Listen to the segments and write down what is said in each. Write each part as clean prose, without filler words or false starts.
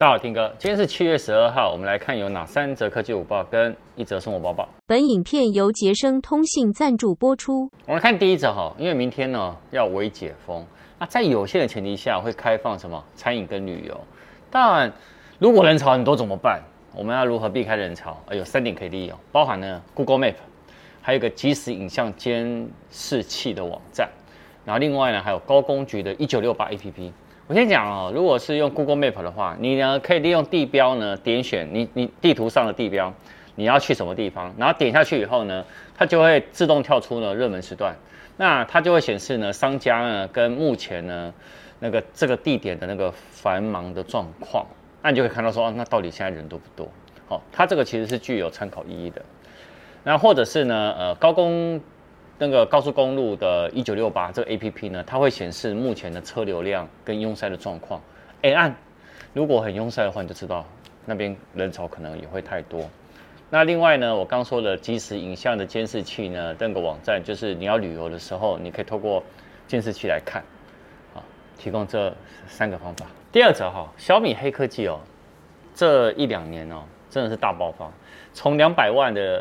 大家好，听哥，今天是7月12号，我们来看有哪3则科技午报跟1则生活报报。 本影片由杰生通信赞助播出。 我们来看第1则哈，因为明天呢要微解封，那在有限的前提下会开放什么餐饮跟旅游。当然，如果人潮很多怎么办？我们要如何避开人潮？有3点可以利用，包含呢 Google Map， 还有一个即时影像监视器的网站，然后另外呢还有高工局的1968 APP。我先讲哦，如果是用 Google Map 的话，你呢可以利用地标呢点选你地图上的地标，你要去什么地方，然后点下去以后呢，它就会自动跳出呢热门时段，那它就会显示呢商家呢跟目前呢这个地点的那个繁忙的状况，那你就会看到说，那到底现在人多不多？好，它这个其实是具有参考意义的。那或者是呢高速公路的1968这个 APP 呢，它会显示目前的车流量跟拥塞的状况。如果很拥塞的话，你就知道那边人潮可能也会太多。那另外呢，我刚说的即时影像的监视器呢，这个网站就是你要旅游的时候，你可以透过监视器来看，提供这3个方法。第2则哈，小米黑科技哦，这1-2年哦，真的是大爆发，从200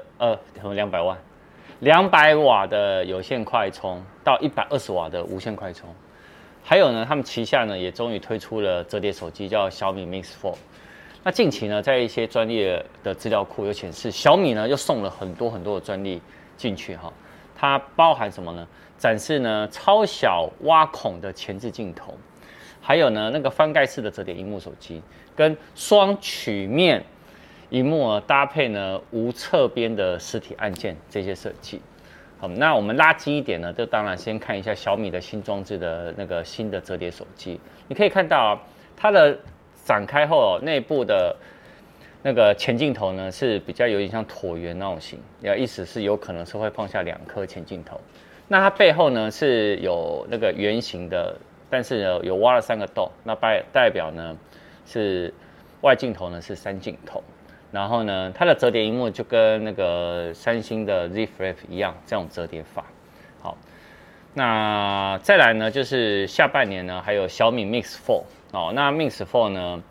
瓦的有线快充到120瓦的无线快充，还有呢，他们旗下呢也终于推出了折叠手机，叫小米 Mix Fold。那近期呢，在一些专利的资料库有显示，小米呢又送了很多的专利进去哈。它包含什么呢？展示呢超小挖孔的前置镜头，还有呢那个翻盖式的折叠萤幕手机，跟双曲面萤幕搭配呢无侧边的实体按键这些设计。好，那我们拉近一点呢，就当然先看一下小米的新装置的那个新的折叠手机。你可以看到它的展开后内部的那个前镜头呢是比较有点像椭圆那种形，意思是有可能是会放下2颗前镜头。那它背后呢是有那个圆形的，但是呢有挖了3个洞，那代表呢是外镜头呢是3镜头。然后呢，它的折叠萤幕就跟那个三星的 Z Flip 一样，这种折叠法。好，那再来呢，就是下半年呢，还有小米 Mix Fold 哦。那 Mix Fold 呢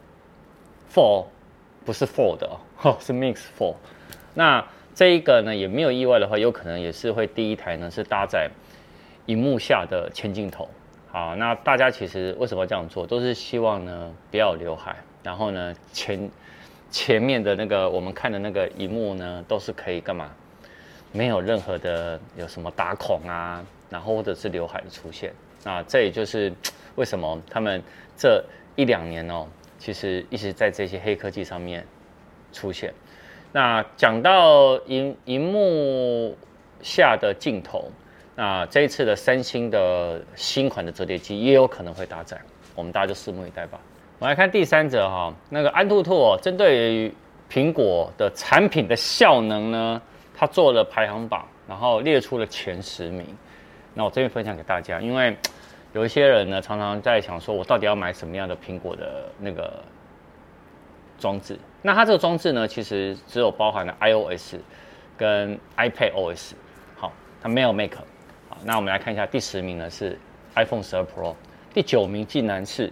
，Fold 不是 Fold 哦，是 Mix Fold。那这一个呢，也没有意外的话，有可能也是会第一台呢是搭载萤幕下的前镜头。好，那大家其实为什么要这样做，都是希望呢不要有刘海，然后呢前面的那个我们看的那个萤幕呢，都是可以干嘛？没有任何的有什么打孔啊，然后或者是刘海的出现。那这也就是为什么他们这1-2年哦，其实一直在这些黑科技上面出现。那讲到萤幕下的镜头，那这一次的三星的新款的折叠机也有可能会搭载，我们大家就拭目以待吧。我们来看第3则哈，那个安兔兔哦，针对于苹果的产品的效能呢，它做了排行榜，然后列出了前10名。那我这边分享给大家，因为有一些人呢常常在想说，我到底要买什么样的苹果的那个装置？那它这个装置呢，其实只有包含了 iOS 跟 iPadOS， 好，它没有 Mac。好，那我们来看一下第10名呢是 iPhone 12 Pro。第9名竟然是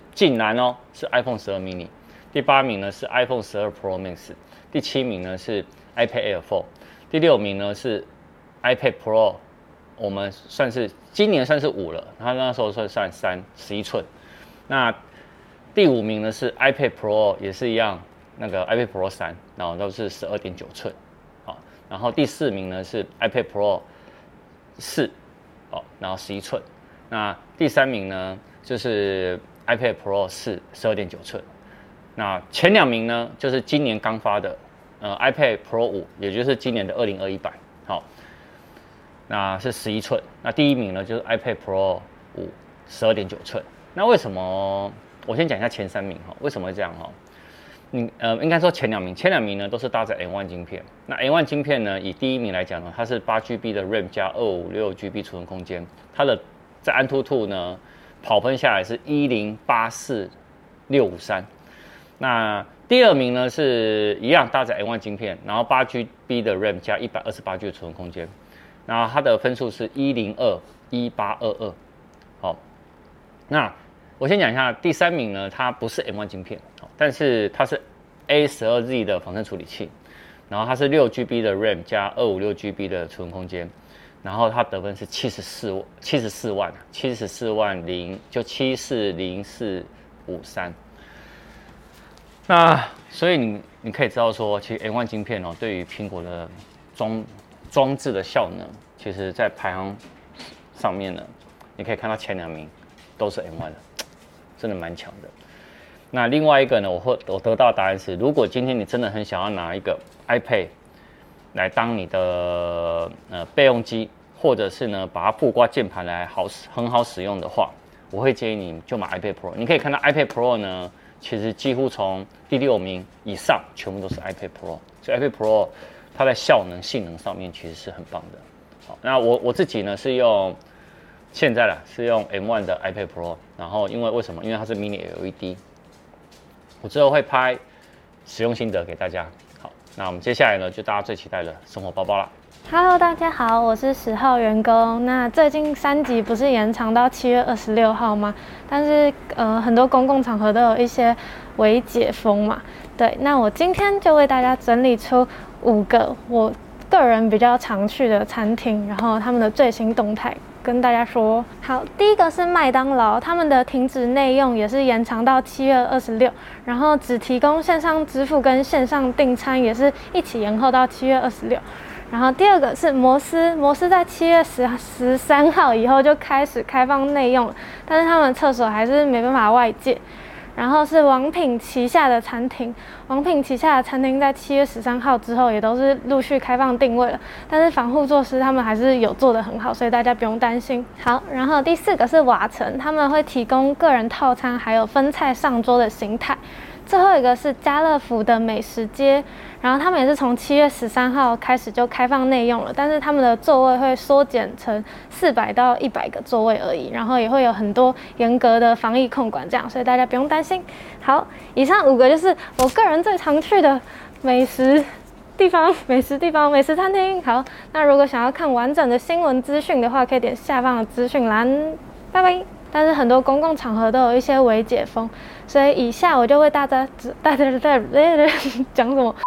iPhone 12 mini， 第8名呢是 iPhone 12 Pro Max， 第7名呢是 iPad Air 4， 第6名呢是 iPad Pro， 我们今年算是5了，它那时候算3 11寸。那第5名呢是 iPad Pro， 也是一样，那个 iPad Pro 3，然后都是 12.9 寸。好，然后第4名呢是 iPad Pro 4，然后11寸。那第3名呢就是 iPad Pro 4 12.9 寸，那前2名呢就是今年刚发的iPad Pro 5，也就是今年的2021版，好，那是11寸。那第1名呢就是 iPad Pro 5 12.9 寸。那为什么？我先讲一下前3名哈，为什么会这样哈？应该说前2名呢都是搭载 M1 晶片。那 M1 晶片呢，以第1名来讲呢，它是8GB 的 RAM 加256GB 储存空间，它的在安兔兔呢跑分下来是1084653。那第2名呢是一样搭载 M1 晶片，然后8GB 的 RAM 加128G 的储存空间，然后它的分数是1021822。好，那我先讲一下第3名呢，它不是 M1 晶片，但是它是 A12Z 的仿生处理器，然后它是6GB 的 RAM 加256GB 的储存空间，然后它得分是74万就740,453。那所以你可以知道说，其实 M1 晶片对于苹果的装置的效能，其实在排行上面呢，你可以看到前2名都是 M1 的，真的蛮强的。那另外一个呢，我得到的答案是，如果今天你真的很想要拿一个 iPad 来当你的备用机，或者是呢把它附挂键盘来很好使用的话，我会建议你就买 iPad Pro。你可以看到 iPad Pro 呢，其实几乎从第6名以上全部都是 iPad Pro， 所以 iPad Pro 它在效能性能上面其实是很棒的。好，那我自己呢是用M1 的 iPad Pro， 然后为什么？因为它是 Mini LED。我之后会拍使用心得给大家。好，那我们接下来呢，就大家最期待的生活包包啦。 Hello， 大家好，我是10号员工。那最近3级不是延长到7月26号吗？但是很多公共场合都有一些微解封嘛。对，那我今天就为大家整理出5个我个人比较常去的餐厅，然后他们的最新动态跟大家说。好，第一个是麦当劳，他们的停止内用也是延长到7月26，然后只提供线上支付跟线上订餐也是一起延后到7月26。然后第二个是摩斯在7月13号以后就开始开放内用了，但是他们厕所还是没办法外借。然后是王品旗下的餐厅，王品旗下的餐厅在7月13号之后也都是陆续开放定位了，但是防护措施他们还是有做得很好，所以大家不用担心。好，然后第4个是瓦城，他们会提供个人套餐还有分菜上桌的形态。最后一个是家乐福的美食街，然后他们也是从7月13号开始就开放内用了，但是他们的座位会缩减成400到100个座位而已，然后也会有很多严格的防疫控管，这样，所以大家不用担心。好，以上5个就是我个人最常去的美食餐厅。好，那如果想要看完整的新闻资讯的话，可以点下方的资讯栏。拜拜。但是很多公共场合都有一些微解封，所以以下我就为大家讲什么。